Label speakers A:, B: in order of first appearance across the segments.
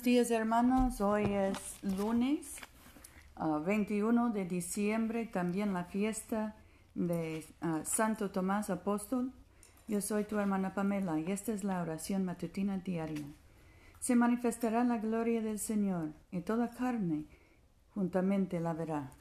A: días, hermanos. Hoy es lunes 21 de diciembre, también la fiesta de Santo Tomás Apóstol. Yo soy tu hermana Pamela y esta es la oración matutina diaria. Se manifestará la gloria del Señor y toda carne juntamente la verá.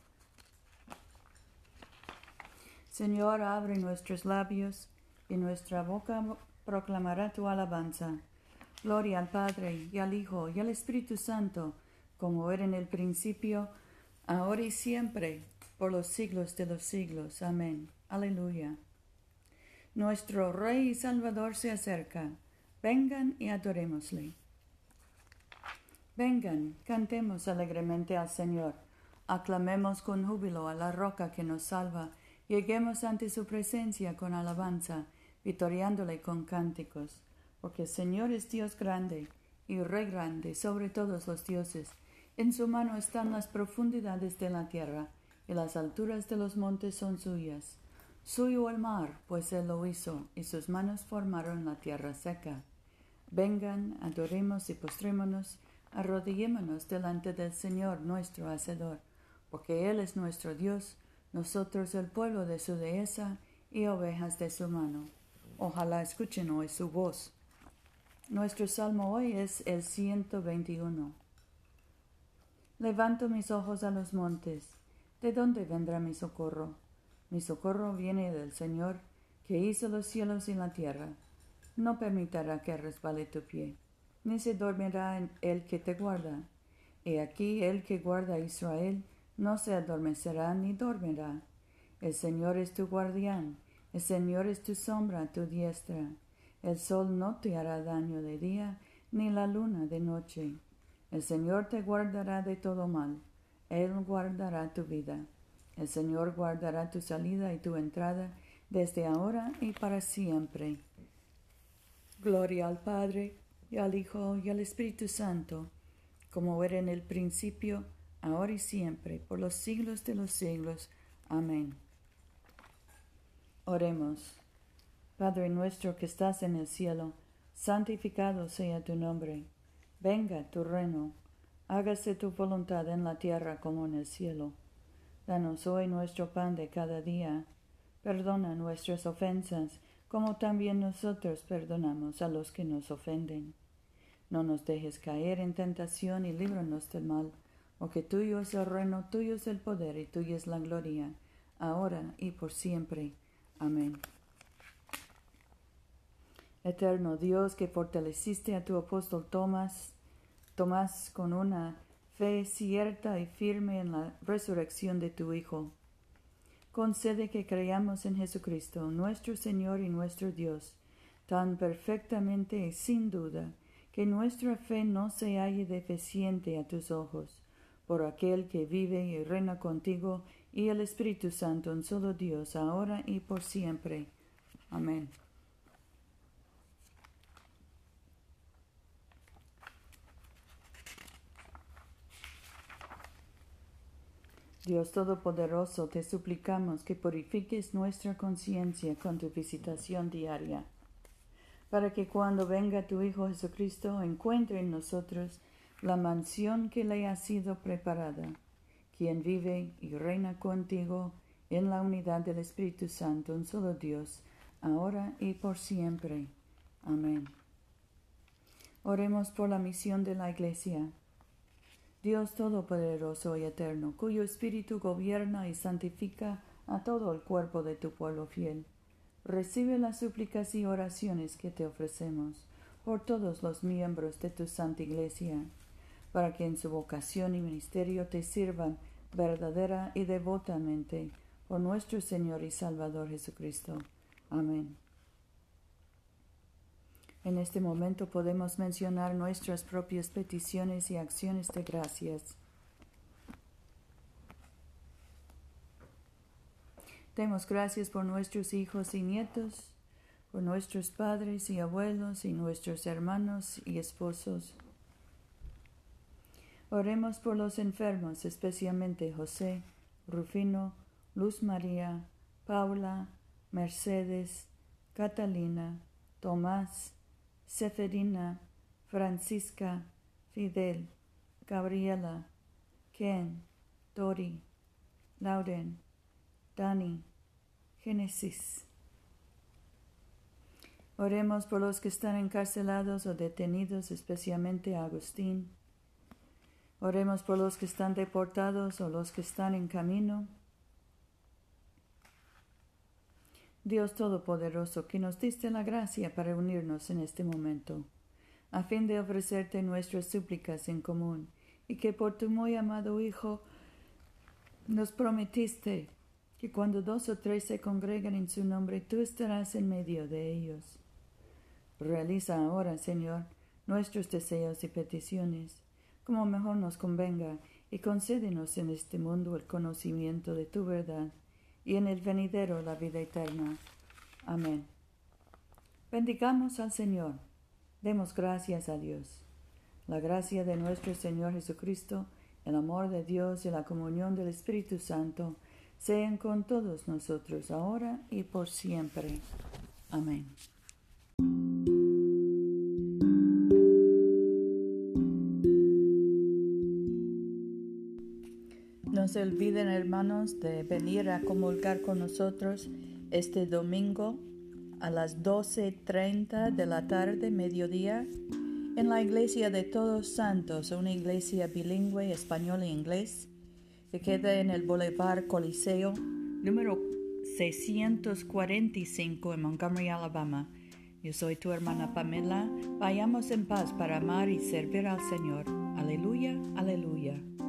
A: Señor, abre nuestros labios y nuestra boca proclamará tu alabanza. Gloria al Padre, y al Hijo, y al Espíritu Santo, como era en el principio, ahora y siempre, por los siglos de los siglos. Amén. Aleluya. Nuestro Rey y Salvador se acerca. Vengan y adorémosle. Vengan, cantemos alegremente al Señor. Aclamemos con júbilo a la roca que nos salva. Lleguemos ante su presencia con alabanza, vitoriándole con cánticos. Porque el Señor es Dios grande y Rey grande sobre todos los dioses. En su mano están las profundidades de la tierra, y las alturas de los montes son suyas. Suyo el mar, pues él lo hizo, y sus manos formaron la tierra seca. Vengan, adoremos y postrémonos, arrodillémonos delante del Señor nuestro Hacedor, porque Él es nuestro Dios, nosotros el pueblo de su dehesa y ovejas de su mano. Ojalá escuchen hoy su voz. Nuestro salmo hoy es el 121. Levanto mis ojos a los montes. ¿De dónde vendrá mi socorro? Mi socorro viene del Señor, que hizo los cielos y la tierra. No permitirá que resbale tu pie, ni se dormirá el que te guarda. He aquí el que guarda a Israel, no se adormecerá ni dormirá. El Señor es tu guardián, el Señor es tu sombra, tu diestra. El sol no te hará daño de día, ni la luna de noche. El Señor te guardará de todo mal. Él guardará tu vida. El Señor guardará tu salida y tu entrada, desde ahora y para siempre. Gloria al Padre, y al Hijo, y al Espíritu Santo, como era en el principio, ahora y siempre, por los siglos de los siglos. Amén. Oremos. Padre nuestro que estás en el cielo, santificado sea tu nombre. Venga tu reino. Hágase tu voluntad en la tierra como en el cielo. Danos hoy nuestro pan de cada día. Perdona nuestras ofensas, como también nosotros perdonamos a los que nos ofenden. No nos dejes caer en tentación y líbranos del mal, porque tuyo es el reino, tuyo es el poder y tuya es la gloria, ahora y por siempre. Amén. Eterno Dios, que fortaleciste a tu apóstol Tomás con una fe cierta y firme en la resurrección de tu Hijo, concede que creamos en Jesucristo, nuestro Señor y nuestro Dios, tan perfectamente y sin duda, que nuestra fe no se halle deficiente a tus ojos, por aquel que vive y reina contigo y el Espíritu Santo, un solo Dios, ahora y por siempre. Amén. Dios Todopoderoso, te suplicamos que purifiques nuestra conciencia con tu visitación diaria, para que cuando venga tu Hijo Jesucristo encuentre en nosotros la mansión que le ha sido preparada, quien vive y reina contigo en la unidad del Espíritu Santo, un solo Dios, ahora y por siempre. Amén. Oremos por la misión de la Iglesia. Dios Todopoderoso y Eterno, cuyo Espíritu gobierna y santifica a todo el cuerpo de tu pueblo fiel, recibe las súplicas y oraciones que te ofrecemos por todos los miembros de tu Santa Iglesia, para que en su vocación y ministerio te sirvan verdadera y devotamente por nuestro Señor y Salvador Jesucristo. Amén. En este momento podemos mencionar nuestras propias peticiones y acciones de gracias. Demos gracias por nuestros hijos y nietos, por nuestros padres y abuelos y nuestros hermanos y esposos. Oremos por los enfermos, especialmente José, Rufino, Luz María, Paula, Mercedes, Catalina, Tomás, Seferina, Francisca, Fidel, Gabriela, Ken, Dori, Lauden, Dani, Génesis. Oremos por los que están encarcelados o detenidos, especialmente a Agustín. Oremos por los que están deportados o los que están en camino. Dios Todopoderoso, que nos diste la gracia para unirnos en este momento, a fin de ofrecerte nuestras súplicas en común, y que por tu muy amado Hijo nos prometiste que cuando 2 o 3 se congregan en su nombre, tú estarás en medio de ellos. Realiza ahora, Señor, nuestros deseos y peticiones, como mejor nos convenga, y concédenos en este mundo el conocimiento de tu verdad, y en el venidero la vida eterna. Amén. Bendigamos al Señor. Demos gracias a Dios. La gracia de nuestro Señor Jesucristo, el amor de Dios y la comunión del Espíritu Santo sean con todos nosotros ahora y por siempre. Amén. No se olviden, hermanos, de venir a comulgar con nosotros este domingo a las 12:30 de la tarde, mediodía, en la Iglesia de Todos Santos, una iglesia bilingüe, español e inglés, que queda en el Boulevard Coliseo, número 645 en Montgomery, Alabama. Yo soy tu hermana Pamela. Vayamos en paz para amar y servir al Señor. Aleluya, aleluya.